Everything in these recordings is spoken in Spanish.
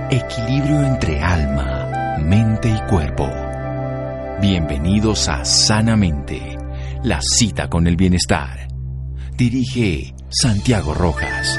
Equilibrio entre alma, mente y cuerpo. Bienvenidos a Sanamente, la cita con el bienestar. Dirige Santiago Rojas.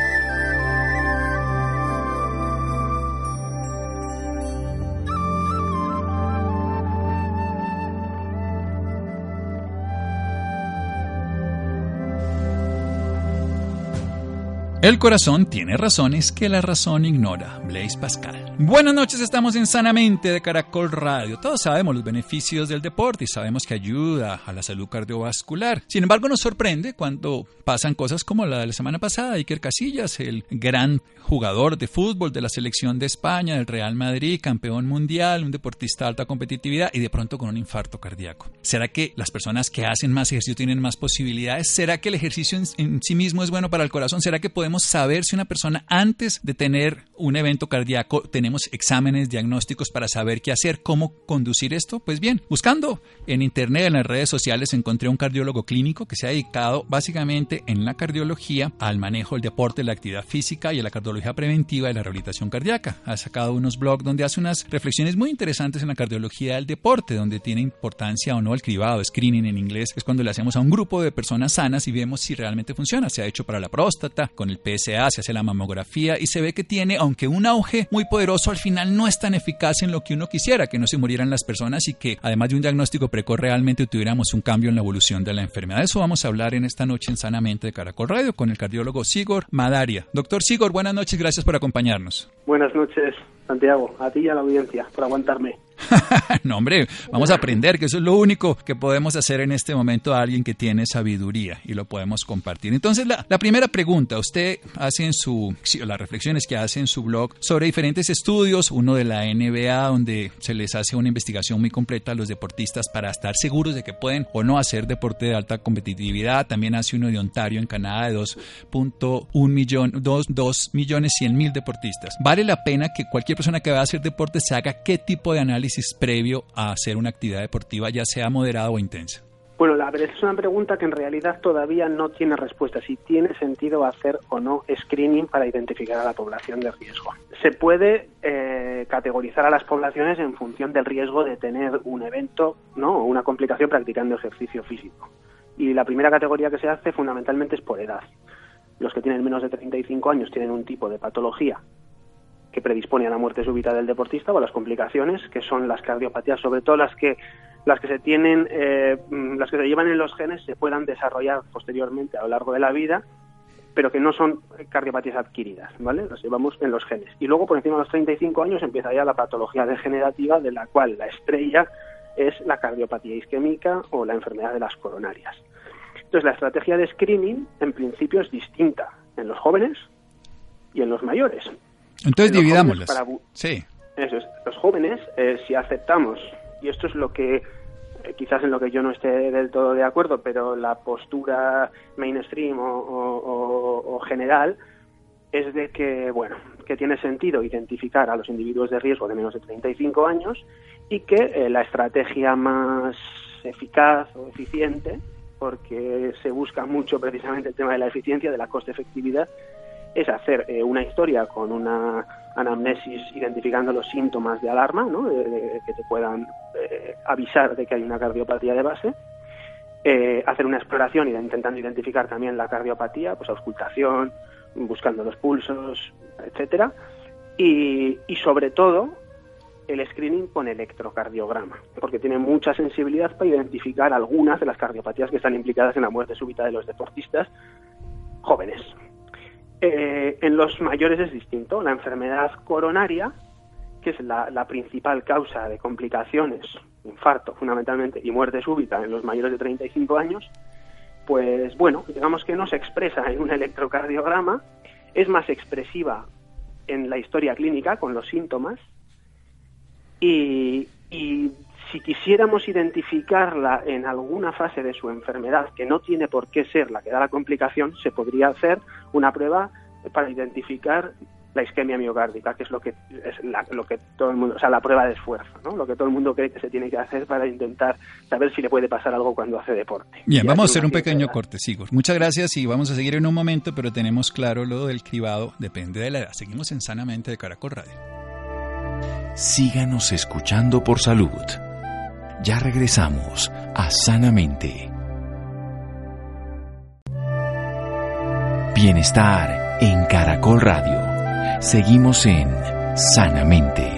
El corazón tiene razones que la razón ignora. Blaise Pascal. Buenas noches, estamos en Sanamente de Caracol Radio. Todos sabemos los beneficios del deporte y sabemos que ayuda a la salud cardiovascular. Sin embargo, nos sorprende cuando pasan cosas como la de la semana pasada. Iker Casillas, el gran jugador de fútbol de la selección de España, del Real Madrid, campeón mundial, un deportista de alta competitividad y de pronto con un infarto cardíaco. ¿Será que las personas que hacen más ejercicio tienen más posibilidades? ¿Será que el ejercicio en sí mismo es bueno para el corazón? ¿Será que podemos saber si una persona antes de tener un evento cardíaco tenemos exámenes diagnósticos para saber qué hacer, cómo conducir esto? Pues bien, buscando en internet, en las redes sociales, encontré un cardiólogo clínico que se ha dedicado básicamente en la cardiología al manejo del deporte, la actividad física y a la cardiología preventiva y la rehabilitación cardíaca. Ha sacado unos blogs donde hace unas reflexiones muy interesantes en la cardiología del deporte, donde tiene importancia o no el cribado, screening en inglés, que es cuando le hacemos a un grupo de personas sanas y vemos si realmente funciona. Se ha hecho para la próstata, con el PSA, se hace la mamografía y se ve que tiene, aunque un auge muy poderoso, al final no es tan eficaz en lo que uno quisiera, que no se murieran las personas y que además de un diagnóstico precoz realmente tuviéramos un cambio en la evolución de la enfermedad. De eso vamos a hablar en esta noche en Sanamente de Caracol Radio con el cardiólogo Sigor Madaria. Doctor Sigor, buenas noches, gracias por acompañarnos. Buenas noches, Santiago, a ti y a la audiencia por aguantarme. No, hombre, vamos a aprender, que eso es lo único que podemos hacer en este momento a alguien que tiene sabiduría y lo podemos compartir. Entonces, la primera pregunta, usted hace las reflexiones que hace en su blog sobre diferentes estudios, uno de la NBA, donde se les hace una investigación muy completa a los deportistas para estar seguros de que pueden o no hacer deporte de alta competitividad. También hace uno de Ontario, en Canadá, de 2.100.000 deportistas. ¿Vale la pena que cualquier persona que vaya a hacer deporte se haga qué tipo de análisis previo a hacer una actividad deportiva, ya sea moderada o intensa? Bueno, la verdad es una pregunta que en realidad todavía no tiene respuesta, si tiene sentido hacer o no screening para identificar a la población de riesgo. Se puede categorizar a las poblaciones en función del riesgo de tener un evento, ¿no?, o una complicación practicando ejercicio físico. Y la primera categoría que se hace fundamentalmente es por edad. Los que tienen menos de 35 años tienen un tipo de patología que predispone a la muerte súbita del deportista o a las complicaciones, que son las cardiopatías, sobre todo las que se tienen, las que se llevan en los genes, se puedan desarrollar posteriormente a lo largo de la vida, pero que no son cardiopatías adquiridas, ¿vale? Las llevamos en los genes. Y luego, por encima de los 35 años, empieza ya la patología degenerativa, de la cual la estrella es la cardiopatía isquémica o la enfermedad de las coronarias. Entonces, la estrategia de screening, en principio, es distinta en los jóvenes y en los mayores. Entonces dividámoslas. Sí. Eso es. Los jóvenes, si aceptamos, y esto es lo que quizás en lo que yo no esté del todo de acuerdo, pero la postura mainstream o general es de que, bueno, que tiene sentido identificar a los individuos de riesgo de menos de 35 años y que la estrategia más eficaz o eficiente, porque se busca mucho precisamente el tema de la eficiencia, de la coste-efectividad, es hacer una historia con una anamnesis identificando los síntomas de alarma, ¿no?, que te puedan avisar de que hay una cardiopatía de base, hacer una exploración intentando identificar también la cardiopatía, pues auscultación, buscando los pulsos, etcétera, y sobre todo el screening con electrocardiograma, porque tiene mucha sensibilidad para identificar algunas de las cardiopatías que están implicadas en la muerte súbita de los deportistas jóvenes. En los mayores es distinto. La enfermedad coronaria, que es la principal causa de complicaciones, infarto fundamentalmente, y muerte súbita en los mayores de 35 años, pues bueno, digamos que no se expresa en un electrocardiograma, es más expresiva en la historia clínica con los síntomas, y si quisiéramos identificarla en alguna fase de su enfermedad, que no tiene por qué ser la que da la complicación, se podría hacer una prueba para identificar la isquemia miocárdica, que es lo que todo el mundo, o sea, la prueba de esfuerzo, ¿no? Lo que todo el mundo cree que se tiene que hacer para intentar saber si le puede pasar algo cuando hace deporte. Bien, vamos a hacer un pequeño corte, Sigor. Muchas gracias y vamos a seguir en un momento, pero tenemos claro lo del cribado, depende de la edad. Seguimos en Sanamente de Caracol Radio. síganos escuchando por salud. Ya regresamos a Sanamente. Bienestar en Caracol Radio. Seguimos en Sanamente.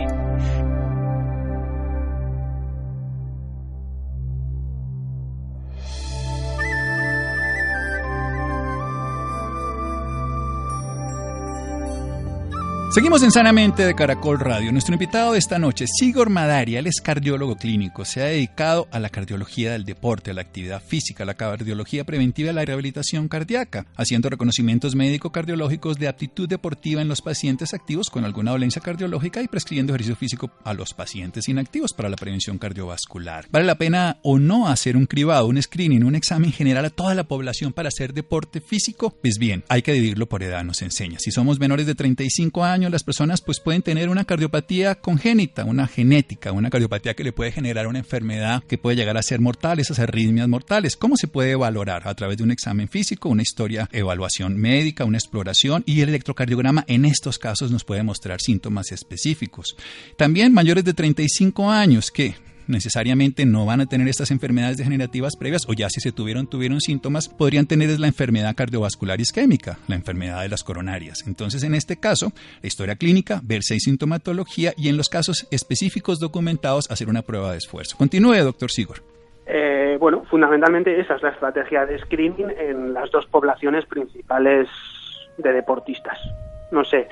Seguimos en Sanamente de Caracol Radio. Nuestro invitado de esta noche, Sigor Madari, él es cardiólogo clínico. Se ha dedicado a la cardiología del deporte, a la actividad física, a la cardiología preventiva y a la rehabilitación cardíaca, haciendo reconocimientos médico-cardiológicos de aptitud deportiva en los pacientes activos con alguna dolencia cardiológica y prescribiendo ejercicio físico a los pacientes inactivos para la prevención cardiovascular. ¿Vale la pena o no hacer un cribado, un screening, un examen general a toda la población para hacer deporte físico? Pues bien, hay que dividirlo por edad, nos enseña. Si somos menores de 35 años, las personas pues pueden tener una cardiopatía congénita, una genética, una cardiopatía que le puede generar una enfermedad que puede llegar a ser mortal, esas arritmias mortales. ¿Cómo se puede valorar? A través de un examen físico, una historia, evaluación médica, una exploración, y el electrocardiograma en estos casos nos puede mostrar síntomas específicos. También mayores de 35 años que necesariamente no van a tener estas enfermedades degenerativas previas, o ya si se tuvieron síntomas, podrían tener la enfermedad cardiovascular isquémica, la enfermedad de las coronarias. Entonces, en este caso, la historia clínica, ver si hay sintomatología y en los casos específicos documentados, hacer una prueba de esfuerzo. Continúe, doctor Sigor. Bueno, fundamentalmente esa es la estrategia de screening en las dos poblaciones principales de deportistas. No sé,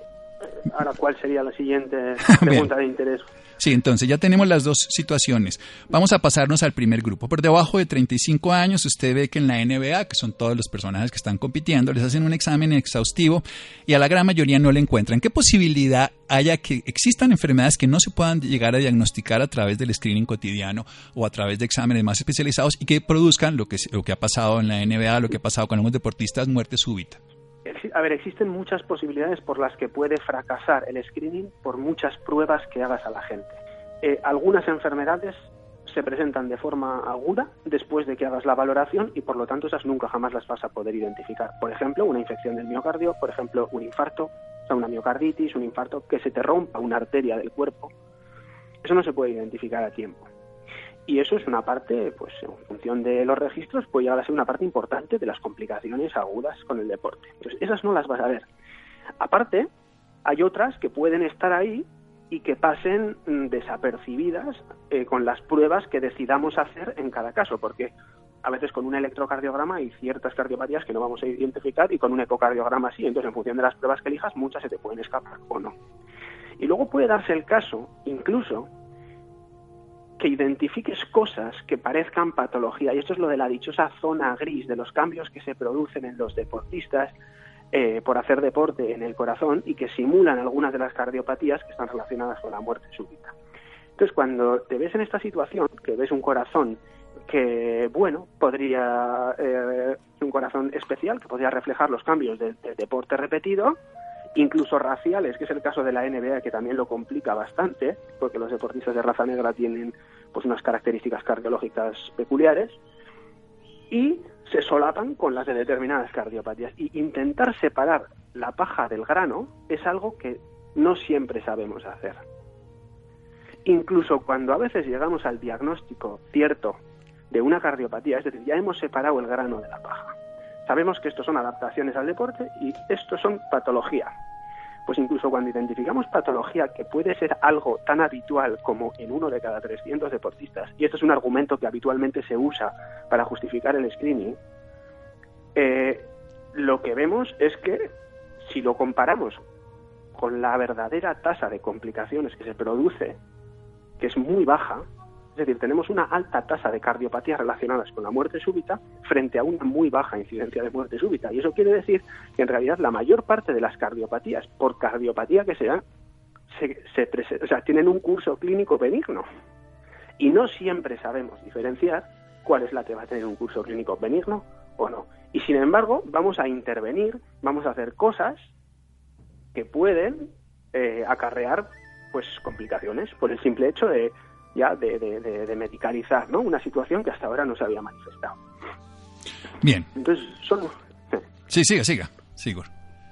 ahora cuál sería la siguiente pregunta de interés. Sí, entonces ya tenemos las dos situaciones. Vamos a pasarnos al primer grupo. Por debajo de 35 años, usted ve que en la NBA, que son todos los personajes que están compitiendo, les hacen un examen exhaustivo y a la gran mayoría no le encuentran. ¿Qué posibilidad haya que existan enfermedades que no se puedan llegar a diagnosticar a través del screening cotidiano o a través de exámenes más especializados y que produzcan lo que ha pasado en la NBA, lo que ha pasado con algunos deportistas, muerte súbita? A ver, existen muchas posibilidades por las que puede fracasar el screening por muchas pruebas que hagas a la gente. Algunas enfermedades se presentan de forma aguda después de que hagas la valoración y por lo tanto esas nunca jamás las vas a poder identificar. Por ejemplo, una infección del miocardio, por ejemplo, un infarto, o sea, una miocarditis, un infarto, que se te rompa una arteria del cuerpo. Eso no se puede identificar a tiempo. Y eso es una parte, pues en función de los registros, puede llegar a ser una parte importante de las complicaciones agudas con el deporte. Entonces, esas no las vas a ver. Aparte, hay otras que pueden estar ahí y que pasen desapercibidas con las pruebas que decidamos hacer en cada caso, porque a veces con un electrocardiograma hay ciertas cardiopatías que no vamos a identificar y con un ecocardiograma sí. Entonces, en función de las pruebas que elijas, muchas se te pueden escapar o no. Y luego puede darse el caso, incluso, que identifiques cosas que parezcan patología, y esto es lo de la dichosa zona gris, de los cambios que se producen en los deportistas por hacer deporte en el corazón y que simulan algunas de las cardiopatías que están relacionadas con la muerte súbita. Entonces, cuando te ves en esta situación, que ves un corazón que, bueno, podría ser un corazón especial, que podría reflejar los cambios de deporte repetido, incluso raciales, que es el caso de la NBA, que también lo complica bastante, porque los deportistas de raza negra tienen pues unas características cardiológicas peculiares, y se solapan con las de determinadas cardiopatías. Y intentar separar la paja del grano es algo que no siempre sabemos hacer. Incluso cuando a veces llegamos al diagnóstico cierto de una cardiopatía, es decir, ya hemos separado el grano de la paja. Sabemos que estos son adaptaciones al deporte y estos son patología. Pues incluso cuando identificamos patología, que puede ser algo tan habitual como en 1 de cada 300 deportistas, y esto es un argumento que habitualmente se usa para justificar el screening, lo que vemos es que si lo comparamos con la verdadera tasa de complicaciones que se produce, que es muy baja, es decir, tenemos una alta tasa de cardiopatías relacionadas con la muerte súbita frente a una muy baja incidencia de muerte súbita. Y eso quiere decir que en realidad la mayor parte de las cardiopatías, por cardiopatía que sea, tienen un curso clínico benigno. Y no siempre sabemos diferenciar cuál es la que va a tener un curso clínico benigno o no. Y sin embargo, vamos a intervenir, vamos a hacer cosas que pueden acarrear pues complicaciones por el simple hecho de medicalizar, ¿no?, una situación que hasta ahora no se había manifestado. Bien. Entonces, Sí, siga, Sigor.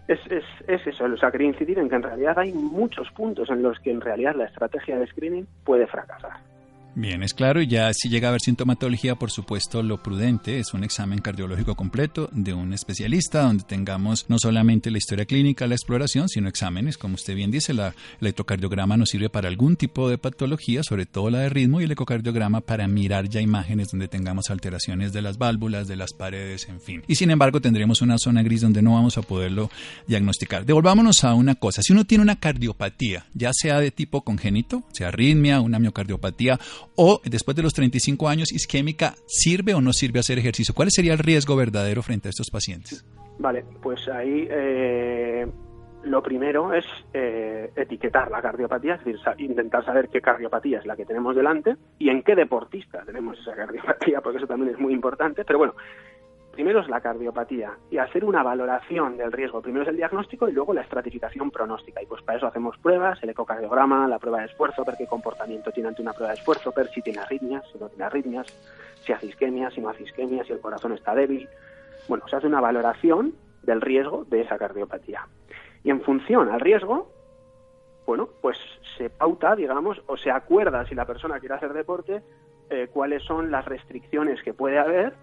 Es eso, o sea, quería incidir en que en realidad hay muchos puntos en los que en realidad la estrategia de screening puede fracasar. Bien, es claro, y ya si llega a haber sintomatología, por supuesto, lo prudente es un examen cardiológico completo de un especialista, donde tengamos no solamente la historia clínica, la exploración, sino exámenes, como usted bien dice, el electrocardiograma nos sirve para algún tipo de patología, sobre todo la de ritmo, y el ecocardiograma para mirar ya imágenes donde tengamos alteraciones de las válvulas, de las paredes, en fin. Y sin embargo, tendremos una zona gris donde no vamos a poderlo diagnosticar. Devolvámonos a una cosa, si uno tiene una cardiopatía, ya sea de tipo congénito, sea arritmia, una miocardiopatía, o después de los 35 años isquémica, ¿sirve o no sirve hacer ejercicio? ¿Cuál sería el riesgo verdadero frente a estos pacientes? Vale, pues ahí lo primero es etiquetar la cardiopatía, es decir, intentar saber qué cardiopatía es la que tenemos delante y en qué deportista tenemos esa cardiopatía, porque eso también es muy importante. Pero bueno, primero es la cardiopatía y hacer una valoración del riesgo. Primero es el diagnóstico y luego la estratificación pronóstica. Y pues para eso hacemos pruebas, el ecocardiograma, la prueba de esfuerzo, ver qué comportamiento tiene ante una prueba de esfuerzo, ver si tiene arritmias, si no tiene arritmias, si hace isquemia, si no hace isquemia, si el corazón está débil. Bueno, se hace una valoración del riesgo de esa cardiopatía. Y en función al riesgo, bueno, pues se pauta, digamos, o se acuerda, si la persona quiere hacer deporte, cuáles son las restricciones que puede haber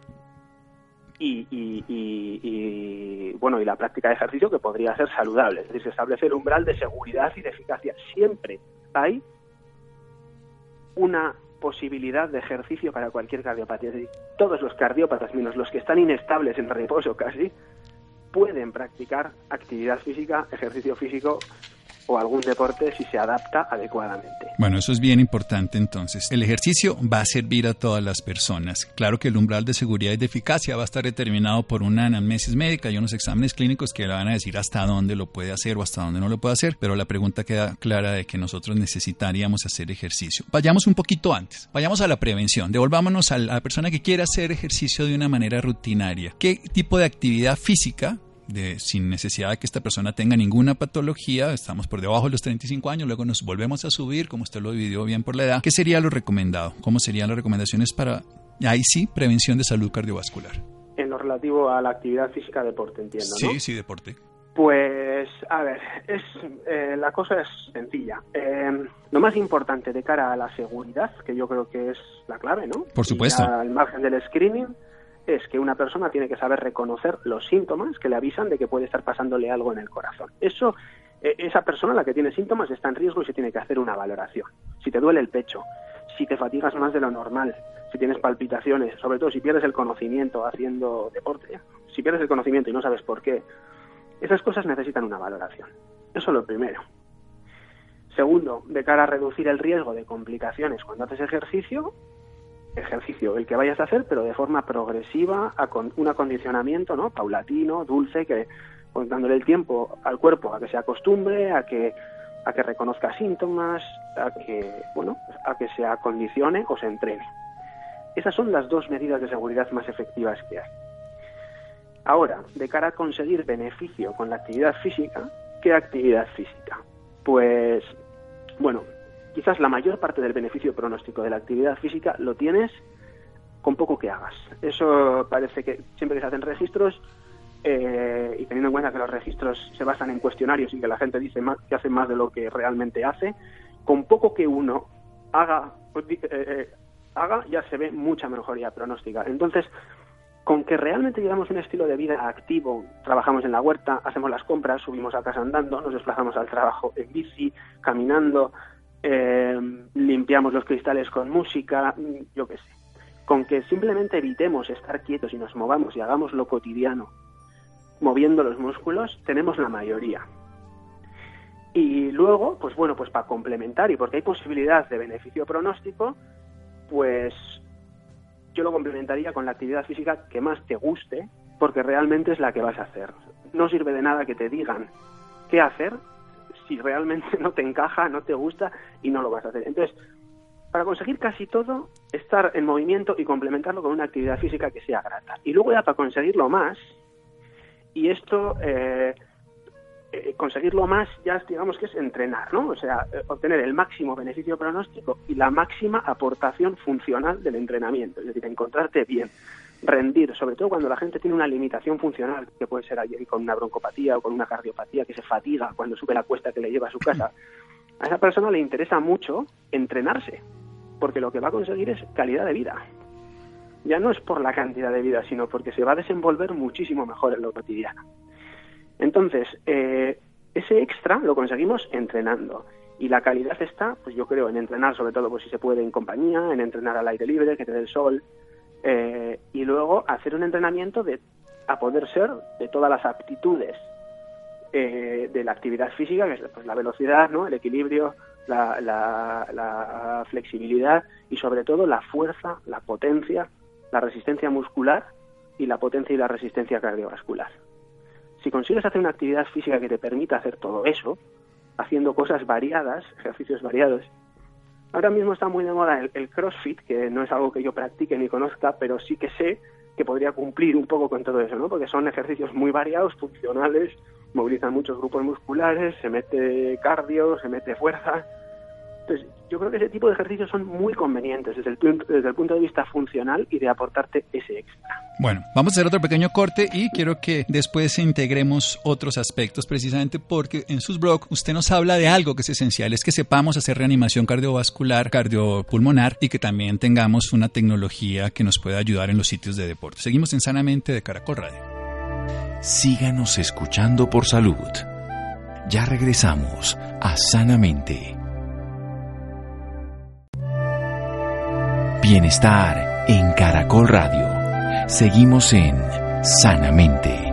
y la práctica de ejercicio que podría ser saludable. Es decir, se establece el umbral de seguridad y de eficacia. Siempre hay una posibilidad de ejercicio para cualquier cardiopatía. Es decir, todos los cardiópatas, menos los que están inestables en reposo casi, pueden practicar actividad física, ejercicio físico o algún deporte si se adapta adecuadamente. Bueno, eso es bien importante entonces. El ejercicio va a servir a todas las personas. Claro que el umbral de seguridad y de eficacia va a estar determinado por una anamnesis médica y unos exámenes clínicos que le van a decir hasta dónde lo puede hacer o hasta dónde no lo puede hacer, pero la pregunta queda clara de que nosotros necesitaríamos hacer ejercicio. Vayamos un poquito antes, vayamos a la prevención, devolvámonos a la persona que quiera hacer ejercicio de una manera rutinaria. ¿Qué tipo de actividad física sin necesidad de que esta persona tenga ninguna patología, estamos por debajo de los 35 años, luego nos volvemos a subir, como usted lo dividió bien por la edad? ¿Qué sería lo recomendado? ¿Cómo serían las recomendaciones para, ahí sí, prevención de salud cardiovascular? En lo relativo a la actividad física, deporte, entiendo, ¿no? Sí, deporte. Pues, a ver, la cosa es sencilla. Lo más importante de cara a la seguridad, que yo creo que es la clave, ¿no? Por supuesto. Y al margen del screening, es que una persona tiene que saber reconocer los síntomas que le avisan de que puede estar pasándole algo en el corazón. Eso, esa persona, la que tiene síntomas, está en riesgo y se tiene que hacer una valoración. Si te duele el pecho, si te fatigas más de lo normal, si tienes palpitaciones, sobre todo si pierdes el conocimiento haciendo deporte, si pierdes el conocimiento y no sabes por qué, esas cosas necesitan una valoración. Eso es lo primero. Segundo, de cara a reducir el riesgo de complicaciones cuando haces ejercicio el que vayas a hacer, pero de forma progresiva, un acondicionamiento, ¿no?, paulatino, dulce, que dándole el tiempo al cuerpo a que se acostumbre, a que reconozca síntomas, a que se acondicione o se entrene. Esas son las dos medidas de seguridad más efectivas que hay. Ahora, de cara a conseguir beneficio con la actividad física, ¿qué actividad física? Pues, bueno, quizás la mayor parte del beneficio pronóstico de la actividad física lo tienes con poco que hagas. Eso parece que siempre que se hacen registros, y teniendo en cuenta que los registros se basan en cuestionarios y que la gente dice que hace más de lo que realmente hace, con poco que uno haga ya se ve mucha mejoría pronóstica. Entonces, con que realmente llevamos un estilo de vida activo, trabajamos en la huerta, hacemos las compras, subimos a casa andando, nos desplazamos al trabajo en bici, caminando, limpiamos los cristales con música, yo qué sé. Con que simplemente evitemos estar quietos y nos movamos y hagamos lo cotidiano, moviendo los músculos, tenemos la mayoría. Y luego, pues bueno, pues para complementar y porque hay posibilidad de beneficio pronóstico, pues yo lo complementaría con la actividad física que más te guste, porque realmente es la que vas a hacer. No sirve de nada que te digan qué hacer si realmente no te encaja, no te gusta y no lo vas a hacer. Entonces, para conseguir casi todo, estar en movimiento y complementarlo con una actividad física que sea grata. Y luego ya para conseguirlo más, y esto, conseguirlo más ya digamos que es entrenar, ¿no? O sea, obtener el máximo beneficio pronóstico y la máxima aportación funcional del entrenamiento. Es decir, encontrarte bien rendir, sobre todo cuando la gente tiene una limitación funcional, que puede ser alguien con una broncopatía o con una cardiopatía que se fatiga cuando sube la cuesta que le lleva a su casa. A esa persona le interesa mucho entrenarse, porque lo que va a conseguir es calidad de vida. Ya no es por la cantidad de vida, sino porque se va a desenvolver muchísimo mejor en lo cotidiano. Entonces, ese extra lo conseguimos entrenando. Y la calidad está, pues yo creo, en entrenar, sobre todo pues si se puede en compañía, en entrenar al aire libre, que te dé el sol, y luego hacer un entrenamiento a poder ser de todas las aptitudes de la actividad física, que es pues, la velocidad, ¿no? El equilibrio, la flexibilidad y sobre todo la fuerza, la potencia, la resistencia muscular y la potencia y la resistencia cardiovascular. Si consigues hacer una actividad física que te permita hacer todo eso, haciendo cosas variadas, ejercicios variados. Ahora mismo está muy de moda el CrossFit, que no es algo que yo practique ni conozca, pero sí que sé que podría cumplir un poco con todo eso, ¿no? Porque son ejercicios muy variados, funcionales, movilizan muchos grupos musculares, se mete cardio, se mete fuerza. Entonces, yo creo que ese tipo de ejercicios son muy convenientes desde el punto de vista funcional y de aportarte ese extra. Bueno, vamos a hacer otro pequeño corte y quiero que después integremos otros aspectos, precisamente porque en sus blogs usted nos habla de algo que es esencial, es que sepamos hacer reanimación cardiovascular, cardiopulmonar y que también tengamos una tecnología que nos pueda ayudar en los sitios de deporte. Seguimos en Sanamente de Caracol Radio. Síganos escuchando por salud. Ya regresamos a Sanamente. Bienestar en Caracol Radio. Seguimos en Sanamente.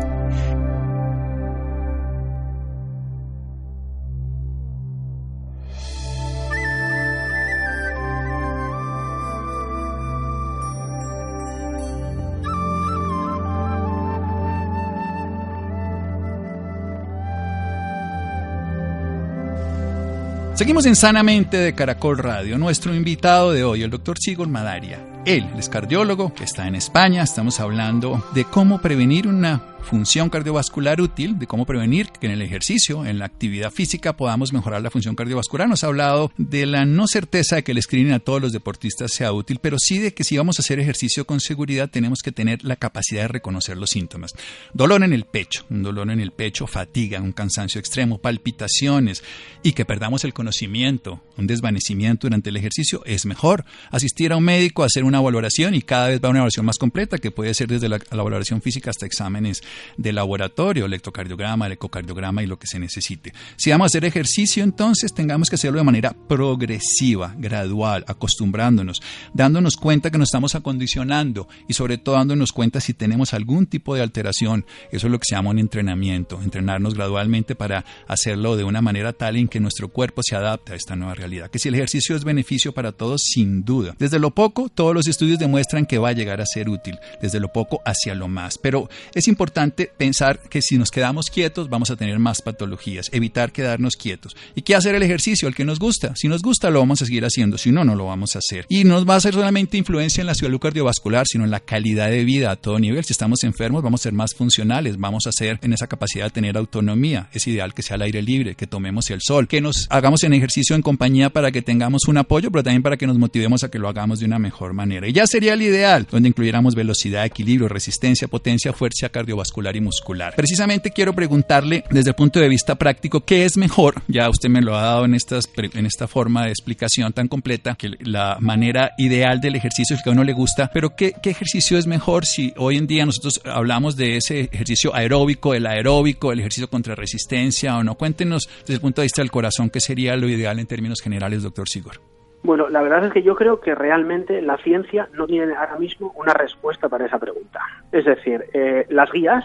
Seguimos en Sanamente de Caracol Radio. Nuestro invitado de hoy, el doctor Sigurd Madaria. Él es cardiólogo, que está en España. Estamos hablando de cómo prevenir una función cardiovascular útil, de cómo prevenir que en el ejercicio, en la actividad física, podamos mejorar la función cardiovascular. Nos ha hablado de la no certeza de que el screening a todos los deportistas sea útil, pero sí de que si vamos a hacer ejercicio con seguridad, tenemos que tener la capacidad de reconocer los síntomas. Dolor en el pecho, un dolor en el pecho, fatiga, un cansancio extremo, palpitaciones y que perdamos el conocimiento, un desvanecimiento durante el ejercicio, es mejor asistir a un médico, hacer una valoración y cada vez va a una valoración más completa que puede ser desde la valoración física hasta exámenes de laboratorio, el electrocardiograma, el ecocardiograma y lo que se necesite. Si vamos a hacer ejercicio, entonces tengamos que hacerlo de manera progresiva, gradual, acostumbrándonos, dándonos cuenta que nos estamos acondicionando y sobre todo dándonos cuenta si tenemos algún tipo de alteración. Eso es lo que se llama un entrenamiento, entrenarnos gradualmente para hacerlo de una manera tal en que nuestro cuerpo se adapte a esta nueva realidad. Que si el ejercicio es beneficio para todos, sin duda. Desde lo poco, todos los estudios demuestran que va a llegar a ser útil, desde lo poco hacia lo más. Pero es importante pensar que si nos quedamos quietos vamos a tener más patologías, evitar quedarnos quietos. ¿Y qué hacer el ejercicio? El que nos gusta. Si nos gusta lo vamos a seguir haciendo, si no, no lo vamos a hacer. Y no va a ser solamente influencia en la salud cardiovascular, sino en la calidad de vida a todo nivel. Si estamos enfermos vamos a ser más funcionales, vamos a ser en esa capacidad de tener autonomía. Es ideal que sea al aire libre, que tomemos el sol, que nos hagamos en ejercicio en compañía para que tengamos un apoyo, pero también para que nos motivemos a que lo hagamos de una mejor manera. Y ya sería el ideal, donde incluyéramos velocidad, equilibrio, resistencia, potencia, fuerza cardiovascular y muscular. Precisamente quiero preguntarle desde el punto de vista práctico, ¿qué es mejor? Ya usted me lo ha dado en esta forma de explicación tan completa, que la manera ideal del ejercicio es que a uno le gusta, pero ¿qué ejercicio es mejor si hoy en día nosotros hablamos de ese ejercicio aeróbico, el ejercicio contra resistencia o no? Cuéntenos desde el punto de vista del corazón, ¿qué sería lo ideal en términos generales, doctor Sigurd? Bueno, la verdad es que yo creo que realmente la ciencia no tiene ahora mismo una respuesta para esa pregunta. Es decir, las guías,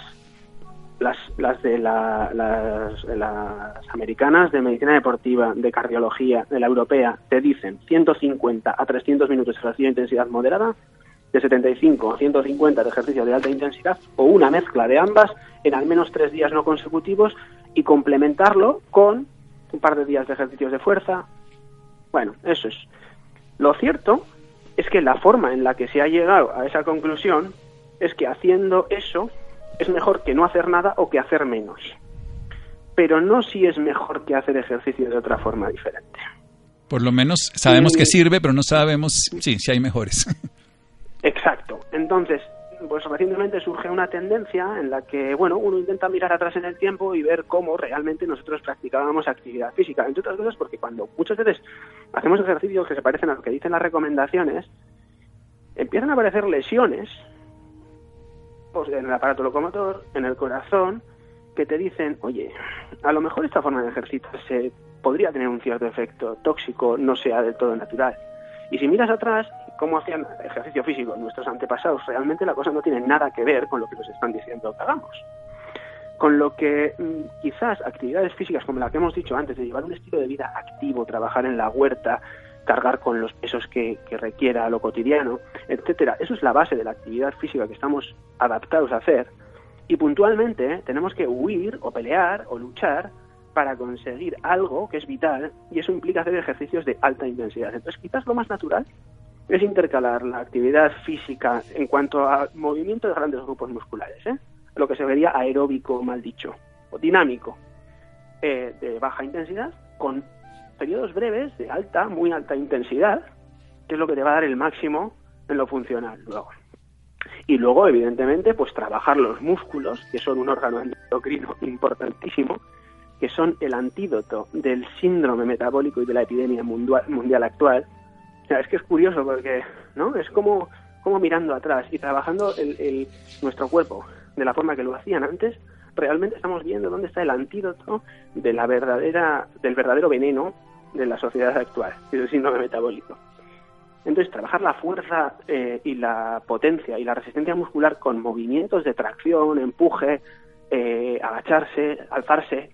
las americanas de medicina deportiva, de cardiología, de la europea, te dicen 150 a 300 minutos de ejercicio de intensidad moderada, de 75 a 150 de ejercicio de alta intensidad o una mezcla de ambas en al menos 3 días no consecutivos y complementarlo con un par de días de ejercicios de fuerza. Bueno, eso es. Lo cierto es que la forma en la que se ha llegado a esa conclusión es que haciendo eso es mejor que no hacer nada o que hacer menos. Pero no si es mejor que hacer ejercicio de otra forma diferente. Por lo menos sabemos que sirve, pero no sabemos si hay mejores. Exacto. Entonces, pues recientemente surge una tendencia en la que, bueno, uno intenta mirar atrás en el tiempo y ver cómo realmente nosotros practicábamos actividad física. Entre otras cosas porque cuando muchas veces hacemos ejercicios que se parecen a lo que dicen las recomendaciones, empiezan a aparecer lesiones pues, en el aparato locomotor, en el corazón, que te dicen, oye, a lo mejor esta forma de ejercitarse podría tener un cierto efecto tóxico, no sea del todo natural. Y si miras atrás, cómo hacían ejercicio físico nuestros antepasados, realmente la cosa no tiene nada que ver con lo que nos están diciendo que hagamos. Con lo que quizás actividades físicas como la que hemos dicho antes, de llevar un estilo de vida activo, trabajar en la huerta, cargar con los pesos que requiera lo cotidiano, etcétera, eso es la base de la actividad física que estamos adaptados a hacer, y puntualmente tenemos que huir o pelear o luchar para conseguir algo que es vital, y eso implica hacer ejercicios de alta intensidad. Entonces quizás lo más natural es intercalar la actividad física en cuanto a movimiento de grandes grupos musculares, lo que se vería aeróbico, mal dicho, o dinámico, de baja intensidad, con periodos breves de alta, muy alta intensidad, que es lo que te va a dar el máximo en lo funcional luego. Y luego, evidentemente, pues trabajar los músculos, que son un órgano endocrino importantísimo, que son el antídoto del síndrome metabólico y de la epidemia mundial actual. O sea, es que es curioso porque, ¿no? Es como mirando atrás y trabajando nuestro cuerpo de la forma que lo hacían antes, realmente estamos viendo dónde está el antídoto del verdadero veneno de la sociedad actual, que es el síndrome metabólico. Entonces, trabajar la fuerza y la potencia y la resistencia muscular con movimientos de tracción, empuje, agacharse, alzarse,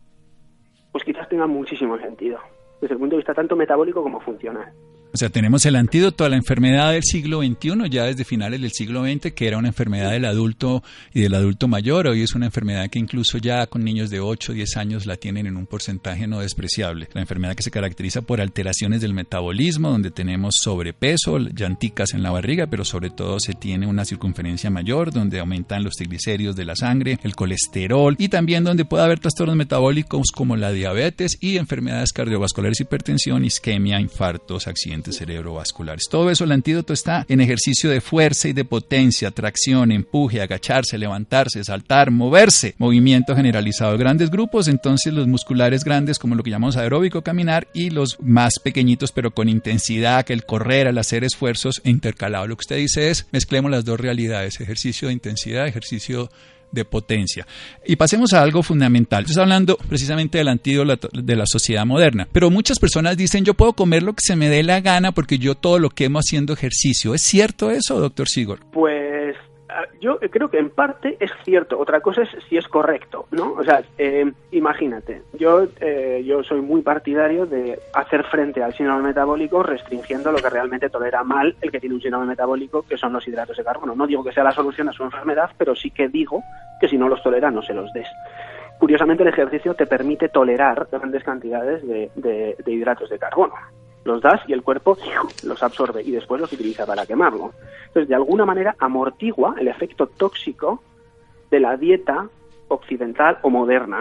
pues quizás tenga muchísimo sentido, desde el punto de vista tanto metabólico como funcional. O sea, tenemos el antídoto a la enfermedad del siglo XXI, ya desde finales del siglo XX, que era una enfermedad del adulto y del adulto mayor. Hoy es una enfermedad que incluso ya con niños de 8 o 10 años la tienen en un porcentaje no despreciable. La enfermedad que se caracteriza por alteraciones del metabolismo, donde tenemos sobrepeso, llanticas en la barriga, pero sobre todo se tiene una circunferencia mayor, donde aumentan los triglicéridos de la sangre, el colesterol, y también donde puede haber trastornos metabólicos como la diabetes y enfermedades cardiovasculares, hipertensión, isquemia, infartos, accidentes cerebrovasculares. Todo eso, el antídoto está en ejercicio de fuerza y de potencia, tracción, empuje, agacharse, levantarse, saltar, moverse, movimiento generalizado de grandes grupos. Entonces los musculares grandes, como lo que llamamos aeróbico, caminar, y los más pequeñitos pero con intensidad, que el correr, al hacer esfuerzos, intercalado. Lo que usted dice es, mezclemos las dos realidades, ejercicio de intensidad, ejercicio de potencia. Y pasemos a algo fundamental. Estoy hablando precisamente del antídoto de la sociedad moderna. Pero muchas personas dicen, yo puedo comer lo que se me dé la gana porque yo todo lo quemo haciendo ejercicio. ¿Es cierto eso, doctor Sigor? Pues yo creo que en parte es cierto. Otra cosa es si es correcto, ¿no? O sea, imagínate, yo soy muy partidario de hacer frente al síndrome metabólico restringiendo lo que realmente tolera mal el que tiene un síndrome metabólico, que son los hidratos de carbono. No digo que sea la solución a su enfermedad, pero sí que digo que si no los tolera, no se los des. Curiosamente, el ejercicio te permite tolerar grandes cantidades de hidratos de carbono. Los das y el cuerpo los absorbe y después los utiliza para quemarlo. Entonces, de alguna manera, amortigua el efecto tóxico de la dieta occidental o moderna.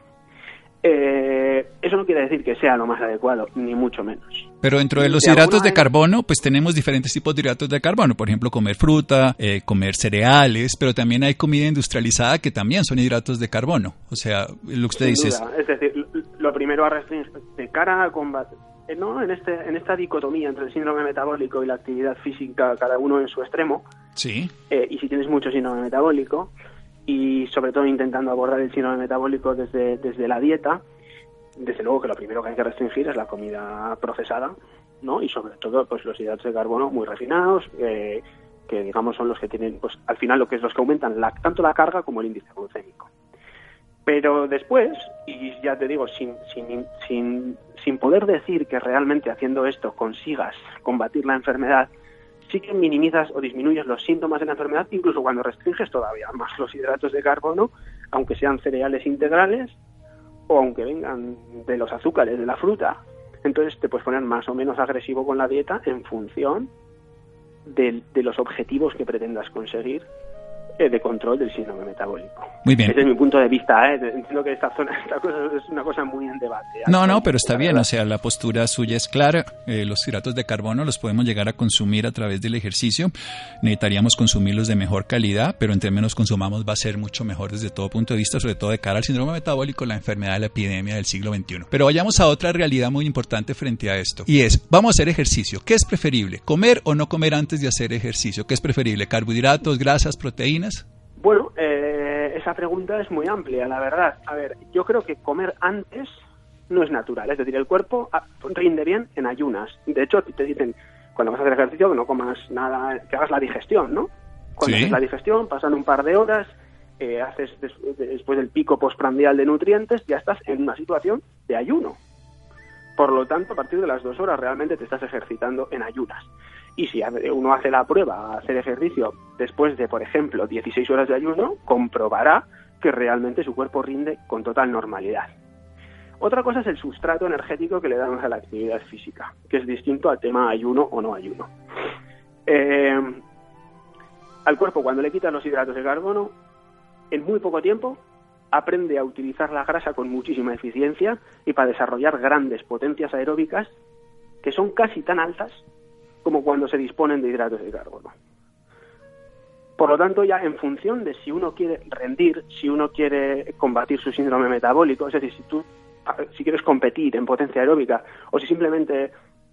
Eso no quiere decir que sea lo más adecuado, ni mucho menos. Pero dentro de los hidratos de carbono, pues tenemos diferentes tipos de hidratos de carbono. Por ejemplo, comer fruta, comer cereales, pero también hay comida industrializada que también son hidratos de carbono. O sea, lo que usted dice es... Es decir, lo primero a restringir de cara a combatir, ¿no? En esta dicotomía entre el síndrome metabólico y la actividad física, cada uno en su extremo. Sí. Y si tienes mucho síndrome metabólico, y sobre todo intentando abordar el síndrome metabólico desde la dieta, desde luego que lo primero que hay que restringir es la comida procesada, ¿no? Y sobre todo pues los hidratos de carbono muy refinados, que digamos son los que tienen, pues al final los que aumentan tanto la carga como el índice glucémico. Pero después, y ya te digo, sin poder decir que realmente haciendo esto consigas combatir la enfermedad, sí que minimizas o disminuyes los síntomas de la enfermedad, incluso cuando restringes todavía más los hidratos de carbono, aunque sean cereales integrales o aunque vengan de los azúcares de la fruta. Entonces te puedes poner más o menos agresivo con la dieta en función de los objetivos que pretendas conseguir de control del síndrome metabólico. Muy bien. Ese es mi punto de vista. Entiendo que esta cosa es una cosa muy en debate. No, pero está bien. O sea, la postura suya es clara. Los hidratos de carbono los podemos llegar a consumir a través del ejercicio. Necesitaríamos consumirlos de mejor calidad, pero entre menos consumamos va a ser mucho mejor desde todo punto de vista, sobre todo de cara al síndrome metabólico, la enfermedad de la epidemia del siglo XXI. Pero vayamos a otra realidad muy importante frente a esto. Y es, vamos a hacer ejercicio. ¿Qué es preferible? ¿Comer o no comer antes de hacer ejercicio? ¿Qué es preferible? ¿Carbohidratos, grasas, proteínas? Bueno, esa pregunta es muy amplia, la verdad. A ver, yo creo que comer antes no es natural. Es decir, el cuerpo rinde bien en ayunas. De hecho, te dicen, cuando vas a hacer ejercicio, que no comas nada, que hagas la digestión, ¿no? Cuando haces la digestión, pasan un par de horas, haces después del pico postprandial de nutrientes, ya estás en una situación de ayuno. Por lo tanto, a partir de las 2 horas realmente te estás ejercitando en ayunas. Y si uno hace la prueba a hacer ejercicio después de, por ejemplo, 16 horas de ayuno, comprobará que realmente su cuerpo rinde con total normalidad. Otra cosa es el sustrato energético que le damos a la actividad física, que es distinto al tema ayuno o no ayuno. Al cuerpo, cuando le quitan los hidratos de carbono, en muy poco tiempo aprende a utilizar la grasa con muchísima eficiencia y para desarrollar grandes potencias aeróbicas que son casi tan altas como cuando se disponen de hidratos de carbono. Por lo tanto, ya en función de si uno quiere rendir, si uno quiere combatir su síndrome metabólico, es decir, si quieres competir en potencia aeróbica o si simplemente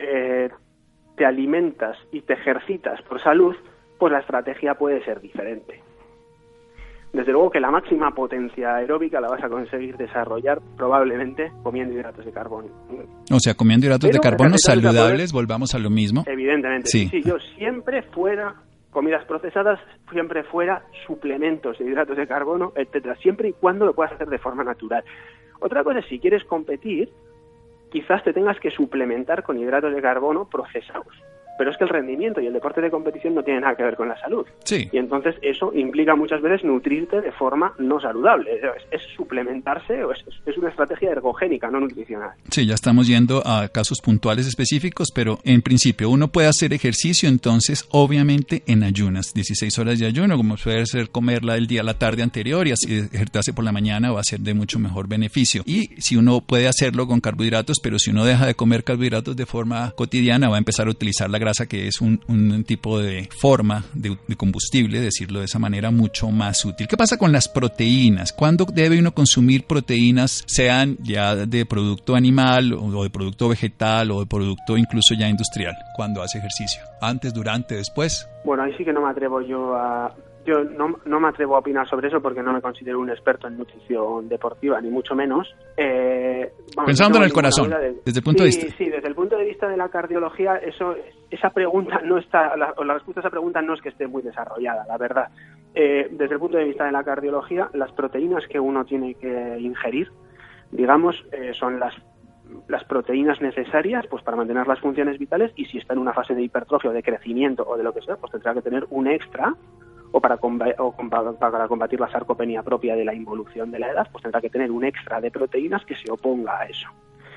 te alimentas y te ejercitas por salud, pues la estrategia puede ser diferente. Desde luego que la máxima potencia aeróbica la vas a conseguir desarrollar probablemente comiendo hidratos de carbono. O sea, comiendo hidratos de carbono saludables, volvamos a lo mismo. Evidentemente, sí. Yo siempre fuera comidas procesadas, siempre fuera suplementos de hidratos de carbono, etcétera, siempre y cuando lo puedas hacer de forma natural. Otra cosa es, si quieres competir, quizás te tengas que suplementar con hidratos de carbono procesados. Pero es que el rendimiento y el deporte de competición no tienen nada que ver con la salud. Sí. Y entonces eso implica muchas veces nutrirte de forma no saludable. Es suplementarse, o es una estrategia ergogénica, no nutricional. Sí, ya estamos yendo a casos puntuales específicos, pero en principio uno puede hacer ejercicio entonces obviamente en ayunas, 16 horas de ayuno, como puede ser comerla el día, la tarde anterior, y así ejercitarse por la mañana va a ser de mucho mejor beneficio. Y si uno puede hacerlo con carbohidratos, pero si uno deja de comer carbohidratos de forma cotidiana, va a empezar a utilizar la grasa, que es un tipo de forma de combustible, decirlo de esa manera, mucho más útil. ¿Qué pasa con las proteínas? ¿Cuándo debe uno consumir proteínas, sean ya de producto animal o de producto vegetal o de producto incluso ya industrial, cuando hace ejercicio? ¿Antes, durante, después? Bueno, ahí sí que no me atrevo yo no me atrevo a opinar sobre eso porque no me considero un experto en nutrición deportiva, ni mucho menos. Pensando en el corazón, desde el punto de vista. Sí, desde el punto de vista de la cardiología, esa pregunta no está, la respuesta a esa pregunta no es que esté muy desarrollada, la verdad. Desde el punto de vista de la cardiología, las proteínas que uno tiene que ingerir, digamos, son las proteínas necesarias pues para mantener las funciones vitales, y si está en una fase de hipertrofia o de crecimiento o de lo que sea, pues tendrá que tener un extra, o para combatir la sarcopenia propia de la involución de la edad, pues tendrá que tener un extra de proteínas que se oponga a eso.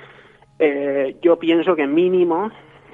Yo pienso que mínimo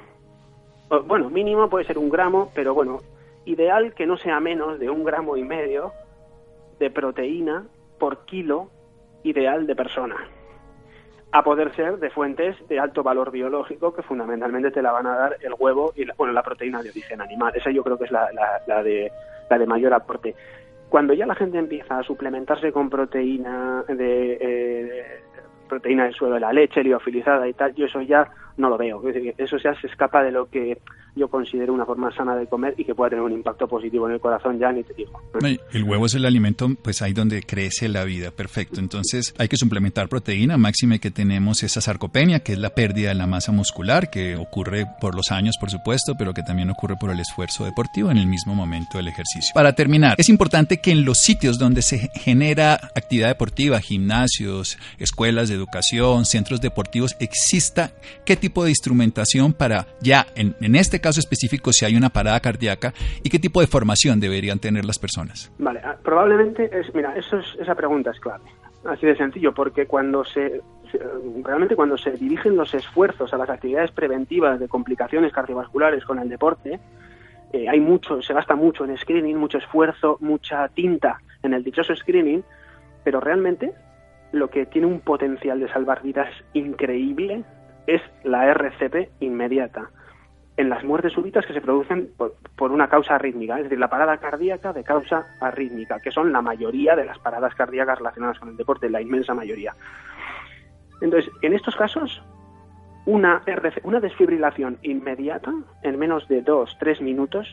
puede ser 1 gramo, pero bueno, ideal que no sea menos de 1,5 gramos de proteína por kilo ideal de persona, a poder ser de fuentes de alto valor biológico, que fundamentalmente te la van a dar el huevo y la proteína de origen animal. Esa yo creo que es la de mayor aporte. Cuando ya la gente empieza a suplementarse con proteína proteína del suelo de la leche, liofilizada y tal, yo eso ya no lo veo. Eso ya se escapa de lo que yo considero una forma sana de comer y que pueda tener un impacto positivo en el corazón, ya ni te digo. El huevo es el alimento, pues ahí donde crece la vida, perfecto. Entonces hay que suplementar proteína, máxime que tenemos esa sarcopenia, que es la pérdida de la masa muscular, que ocurre por los años, por supuesto, pero que también ocurre por el esfuerzo deportivo en el mismo momento del ejercicio. Para terminar, es importante que en los sitios donde se genera actividad deportiva, gimnasios, escuelas de educación, centros deportivos, exista qué tipo de instrumentación para ya, en este caso específico, si hay una parada cardíaca, y qué tipo de formación deberían tener las personas. Vale, probablemente esa pregunta es clave, así de sencillo, porque realmente cuando se dirigen los esfuerzos a las actividades preventivas de complicaciones cardiovasculares con el deporte, se gasta mucho en screening, mucho esfuerzo, mucha tinta en el dichoso screening, pero realmente lo que tiene un potencial de salvar vidas increíble es la RCP inmediata en las muertes súbitas que se producen por una causa arrítmica, es decir, la parada cardíaca de causa arrítmica, que son la mayoría de las paradas cardíacas relacionadas con el deporte, la inmensa mayoría. Entonces, en estos casos, una desfibrilación inmediata, en menos de 2-3 minutos,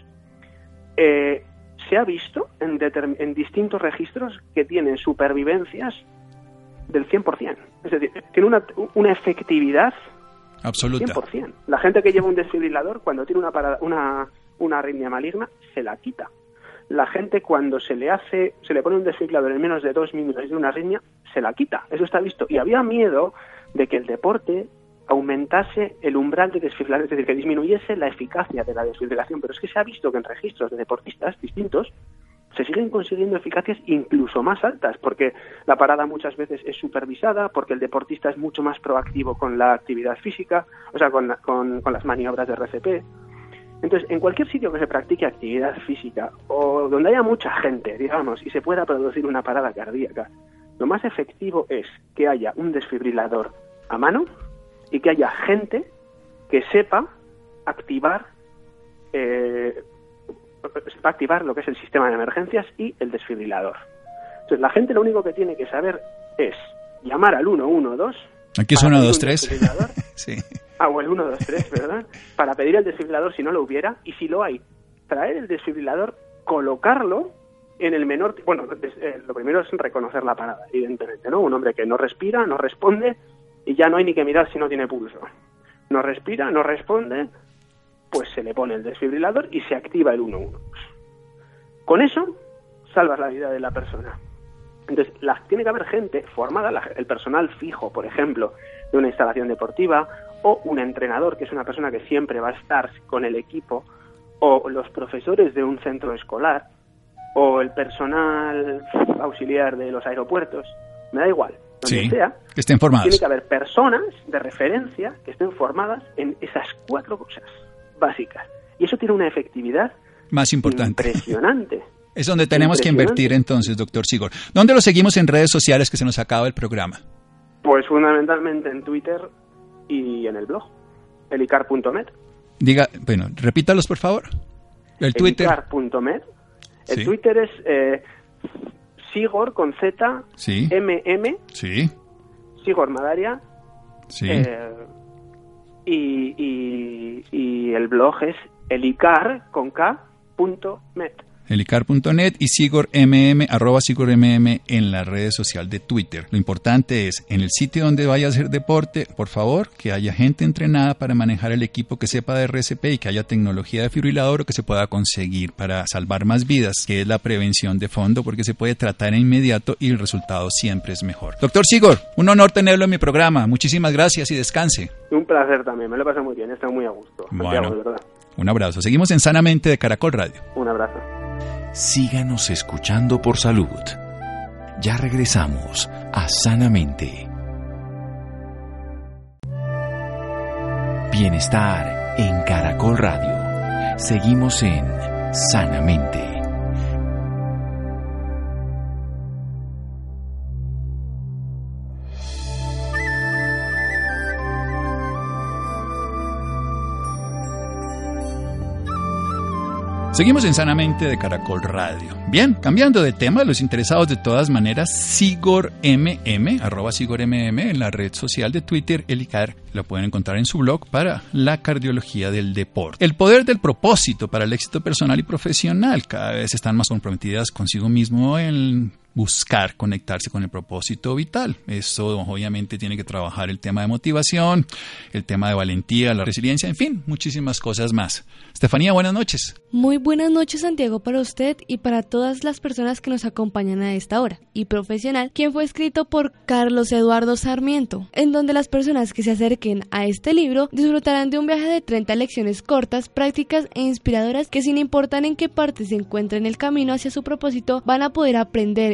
se ha visto en distintos registros que tienen supervivencias del 100%. Es decir, tiene una efectividad absoluta. 100%. La gente que lleva un desfibrilador, cuando tiene una arritmia maligna, se la quita. La gente, cuando se le pone un desfibrilador en menos de 2 minutos de una arritmia, se la quita. Eso está visto. Y había miedo de que el deporte aumentase el umbral de desfibrilación, es decir, que disminuyese la eficacia de la desfibrilación. Pero es que se ha visto que en registros de deportistas distintos se siguen consiguiendo eficacias incluso más altas, porque la parada muchas veces es supervisada, porque el deportista es mucho más proactivo con la actividad física, o sea, con las maniobras de RCP. Entonces, en cualquier sitio que se practique actividad física o donde haya mucha gente, digamos, y se pueda producir una parada cardíaca, lo más efectivo es que haya un desfibrilador a mano y que haya gente que sepa activar lo que es el sistema de emergencias y el desfibrilador. Entonces, la gente lo único que tiene que saber es llamar al 112. Aquí es 123. Sí. O el 123, ¿verdad? Para pedir el desfibrilador si no lo hubiera, y si lo hay, traer el desfibrilador, colocarlo en el menor... Bueno, lo primero es reconocer la parada, evidentemente, ¿no? Un hombre que no respira, no responde, y ya no hay ni que mirar si no tiene pulso. No respira, no responde, pues se le pone el desfibrilador y se activa el 112. Con eso salvas la vida de la persona. Entonces, tiene que haber gente formada, el personal fijo, por ejemplo, de una instalación deportiva, o un entrenador, que es una persona que siempre va a estar con el equipo, o los profesores de un centro escolar, o el personal auxiliar de los aeropuertos, me da igual, donde sea, que estén formados. Tiene que haber personas de referencia que estén formadas en esas 4 cosas básicas. Y eso tiene una efectividad más importante. Impresionante. Es donde tenemos que invertir entonces, doctor Sigor. ¿Dónde lo seguimos en redes sociales, que se nos acaba el programa? Pues fundamentalmente en Twitter y en el blog, elicar.med. Repítalos por favor. El Twitter. Elicar.med. El Twitter es Sigor con Z, MM, Sigor Madaria, y el blog es elicar con K.med. elicar.net y @SigorMM en la red social de Twitter. Lo importante es, en el sitio donde vaya a hacer deporte, por favor, que haya gente entrenada para manejar el equipo, que sepa de RCP y que haya tecnología de desfibrilador que se pueda conseguir para salvar más vidas, que es la prevención de fondo, porque se puede tratar en inmediato y el resultado siempre es mejor. Doctor Sigor, un honor tenerlo en mi programa. Muchísimas gracias y descanse. Un placer también, me lo he pasado muy bien, he estado muy a gusto. Bueno, de verdad. Un abrazo. Seguimos en Sanamente de Caracol Radio. Un abrazo. Síganos escuchando por salud. Ya regresamos a Sanamente. Bienestar en Caracol Radio. Seguimos en Sanamente. Seguimos en Sanamente de Caracol Radio. Bien, cambiando de tema, los interesados de todas maneras, SigorMM, @SigorMM en la red social de Twitter, Elicar, lo pueden encontrar en su blog para la cardiología del deporte. El poder del propósito para el éxito personal y profesional. Cada vez están más comprometidas consigo mismo en buscar conectarse con el propósito vital. Eso obviamente tiene que trabajar el tema de motivación, el tema de valentía, la resiliencia, en fin, muchísimas cosas más. Estefanía, buenas noches. Muy buenas noches, Santiago, para usted y para todas las personas que nos acompañan a esta hora. Y Profesional, quien fue escrito por Carlos Eduardo Sarmiento, en donde las personas que se acerquen a este libro disfrutarán de un viaje de 30 lecciones cortas, prácticas e inspiradoras que, sin importar en qué parte se encuentren el camino hacia su propósito, van a poder aprender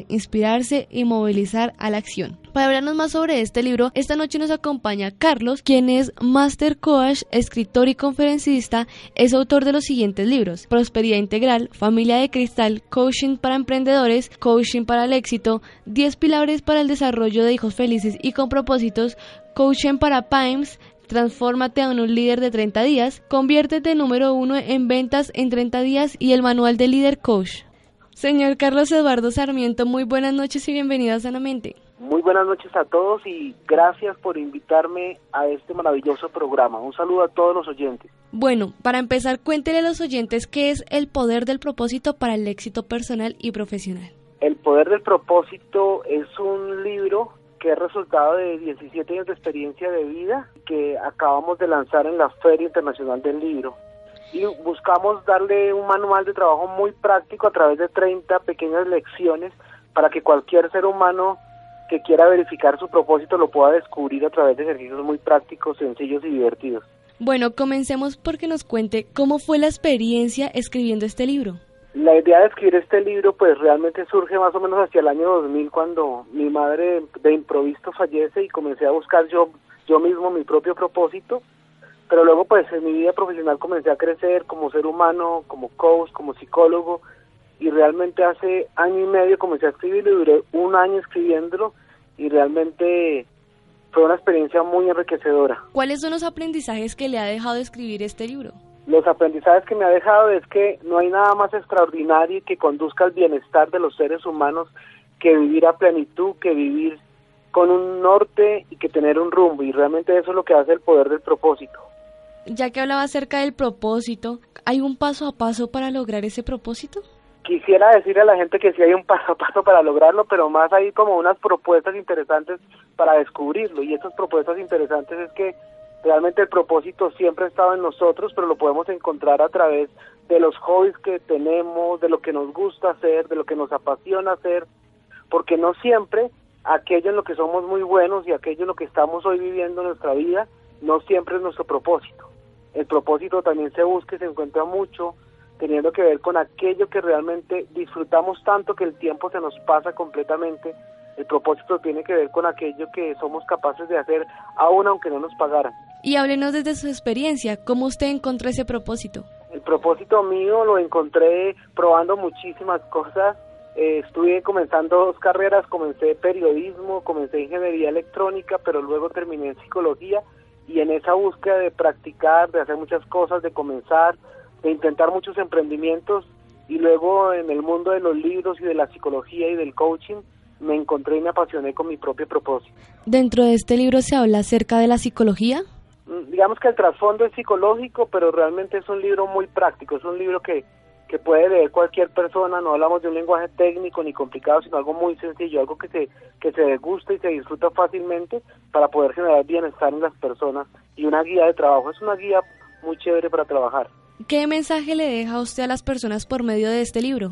inspirarse y movilizar a la acción. Para hablarnos más sobre este libro, esta noche nos acompaña Carlos, quien es Master Coach, escritor y conferencista. Es autor de los siguientes libros: Prosperidad Integral, Familia de Cristal, Coaching para Emprendedores, Coaching para el Éxito, 10 pilares para el desarrollo de hijos felices y con propósitos, Coaching para PYMEs, Transfórmate a un líder de 30 días, Conviértete número 1 en ventas en 30 días y el Manual del Líder Coach. Señor Carlos Eduardo Sarmiento, muy buenas noches y bienvenido a Sanamente. Muy buenas noches a todos y gracias por invitarme a este maravilloso programa. Un saludo a todos los oyentes. Bueno, para empezar, cuéntele a los oyentes qué es el poder del propósito para el éxito personal y profesional. El poder del propósito es un libro que es resultado de 17 años de experiencia de vida que acabamos de lanzar en la Feria Internacional del Libro. Y buscamos darle un manual de trabajo muy práctico a través de 30 pequeñas lecciones para que cualquier ser humano que quiera verificar su propósito lo pueda descubrir a través de ejercicios muy prácticos, sencillos y divertidos. Bueno, comencemos porque nos cuente cómo fue la experiencia escribiendo este libro. La idea de escribir este libro pues realmente surge más o menos hacia el año 2000, cuando mi madre de improviso fallece y comencé a buscar yo mismo mi propio propósito, pero luego pues en mi vida profesional comencé a crecer como ser humano, como coach, como psicólogo, y realmente hace año y medio comencé a escribirlo y duré un año escribiéndolo y realmente fue una experiencia muy enriquecedora. ¿Cuáles son los aprendizajes que le ha dejado escribir este libro? Los aprendizajes que me ha dejado es que no hay nada más extraordinario que conduzca al bienestar de los seres humanos que vivir a plenitud, que vivir con un norte y que tener un rumbo, y realmente eso es lo que hace el poder del propósito. Ya que hablaba acerca del propósito, ¿hay un paso a paso para lograr ese propósito? Quisiera decirle a la gente que sí hay un paso a paso para lograrlo, pero más hay como unas propuestas interesantes para descubrirlo, y esas propuestas interesantes es que realmente el propósito siempre ha estado en nosotros, pero lo podemos encontrar a través de los hobbies que tenemos, de lo que nos gusta hacer, de lo que nos apasiona hacer, porque no siempre aquello en lo que somos muy buenos y aquello en lo que estamos hoy viviendo en nuestra vida, no siempre es nuestro propósito. El propósito también se busca y se encuentra mucho teniendo que ver con aquello que realmente disfrutamos tanto que el tiempo se nos pasa completamente. El propósito tiene que ver con aquello que somos capaces de hacer aún aunque no nos pagaran. Y háblenos desde su experiencia, ¿cómo usted encontró ese propósito? El propósito mío lo encontré probando muchísimas cosas. Estuve comenzando 2 carreras, comencé periodismo, comencé ingeniería electrónica, pero luego terminé en psicología, y en esa búsqueda de practicar, de hacer muchas cosas, de comenzar, de intentar muchos emprendimientos, y luego en el mundo de los libros y de la psicología y del coaching, me encontré y me apasioné con mi propio propósito. ¿Dentro de este libro se habla acerca de la psicología? Digamos que el trasfondo es psicológico, pero realmente es un libro muy práctico, es un libro que puede leer cualquier persona. No hablamos de un lenguaje técnico ni complicado, sino algo muy sencillo, algo que se degusta y se disfruta fácilmente para poder generar bienestar en las personas, y una guía de trabajo, es una guía muy chévere para trabajar. ¿Qué mensaje le deja a usted a las personas por medio de este libro?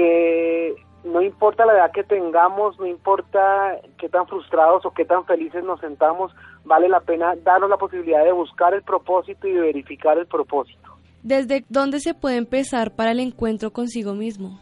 Que no importa la edad que tengamos, no importa qué tan frustrados o qué tan felices nos sentamos, vale la pena darnos la posibilidad de buscar el propósito y de verificar el propósito. ¿Desde dónde se puede empezar para el encuentro consigo mismo?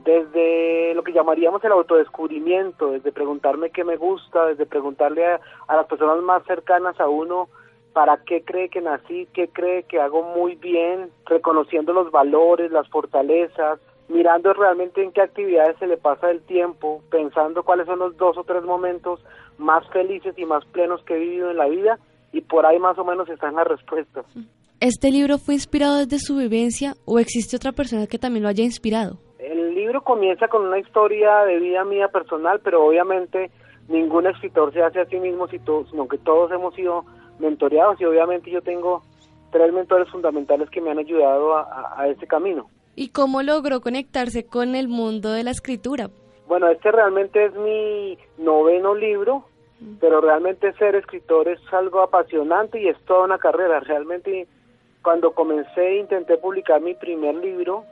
Desde lo que llamaríamos el autodescubrimiento, desde preguntarme qué me gusta, desde preguntarle a las personas más cercanas a uno para qué cree que nací, qué cree que hago muy bien, reconociendo los valores, las fortalezas, mirando realmente en qué actividades se le pasa el tiempo, pensando cuáles son los 2 o 3 momentos más felices y más plenos que he vivido en la vida, y por ahí más o menos están las respuestas. ¿Este libro fue inspirado desde su vivencia o existe otra persona que también lo haya inspirado? El libro comienza con una historia de vida mía personal, pero obviamente ningún escritor se hace a sí mismo, sino que todos hemos sido mentoreados, y obviamente yo tengo 3 mentores fundamentales que me han ayudado a ese camino. ¿Y cómo logró conectarse con el mundo de la escritura? Bueno, este realmente es mi 9º libro, pero realmente ser escritor es algo apasionante y es toda una carrera. Realmente cuando comencé intenté publicar mi primer libro,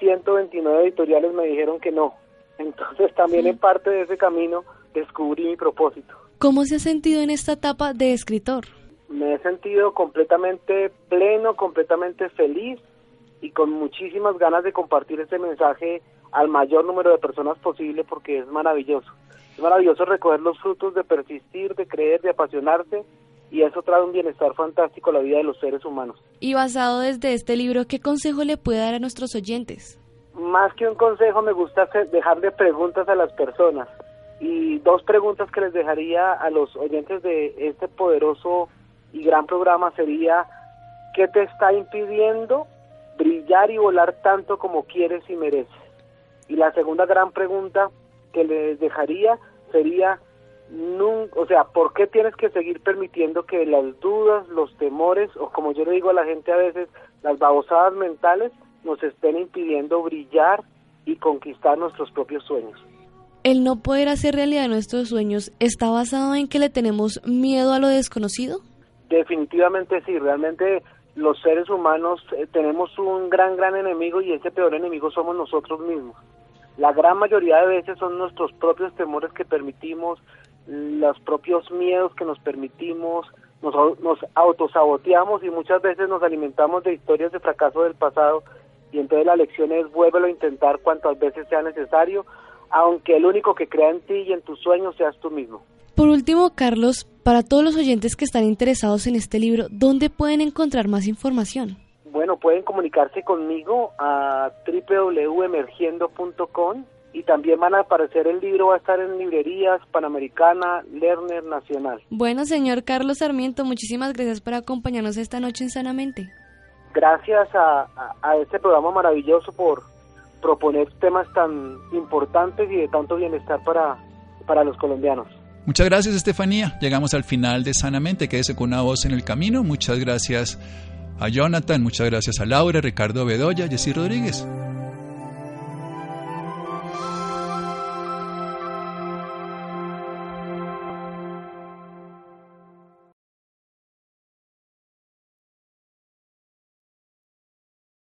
129 editoriales me dijeron que no. Entonces también en parte de ese camino descubrí mi propósito. ¿Cómo se ha sentido en esta etapa de escritor? Me he sentido completamente pleno, completamente feliz y con muchísimas ganas de compartir este mensaje al mayor número de personas posible, porque es maravilloso. Es maravilloso recoger los frutos de persistir, de creer, de apasionarse, y eso trae un bienestar fantástico a la vida de los seres humanos. Y basado desde este libro, ¿qué consejo le puede dar a nuestros oyentes? Más que un consejo, me gusta dejarle preguntas a las personas. Y 2 preguntas que les dejaría a los oyentes de este poderoso y gran programa sería: ¿qué te está impidiendo brillar y volar tanto como quieres y mereces? Y la segunda gran pregunta que les dejaría sería: ¿por qué tienes que seguir permitiendo que las dudas, los temores, o como yo le digo a la gente a veces, las babosadas mentales, nos estén impidiendo brillar y conquistar nuestros propios sueños? ¿El no poder hacer realidad nuestros sueños está basado en que le tenemos miedo a lo desconocido? Definitivamente sí, realmente los seres humanos tenemos un gran enemigo, y ese peor enemigo somos nosotros mismos. La gran mayoría de veces son nuestros propios temores que permitimos, los propios miedos que nos permitimos, nos autosaboteamos, y muchas veces nos alimentamos de historias de fracaso del pasado, y entonces la lección es: vuélvelo a intentar cuantas veces sea necesario, aunque el único que crea en ti y en tus sueños seas tú mismo. Por último, Carlos, para todos los oyentes que están interesados en este libro, ¿dónde pueden encontrar más información? Bueno, pueden comunicarse conmigo a www.emergiendo.com, y también van a aparecer, el libro va a estar en librerías Panamericana, Lerner, Nacional. Bueno, señor Carlos Sarmiento, muchísimas gracias por acompañarnos esta noche en Sanamente. Gracias a este programa maravilloso por proponer temas tan importantes y de tanto bienestar para los colombianos. Muchas gracias, Estefanía. Llegamos al final de Sanamente. Quédese con una voz en el camino. Muchas gracias a Jonathan, muchas gracias a Laura, Ricardo Bedoya, Jessy Rodríguez.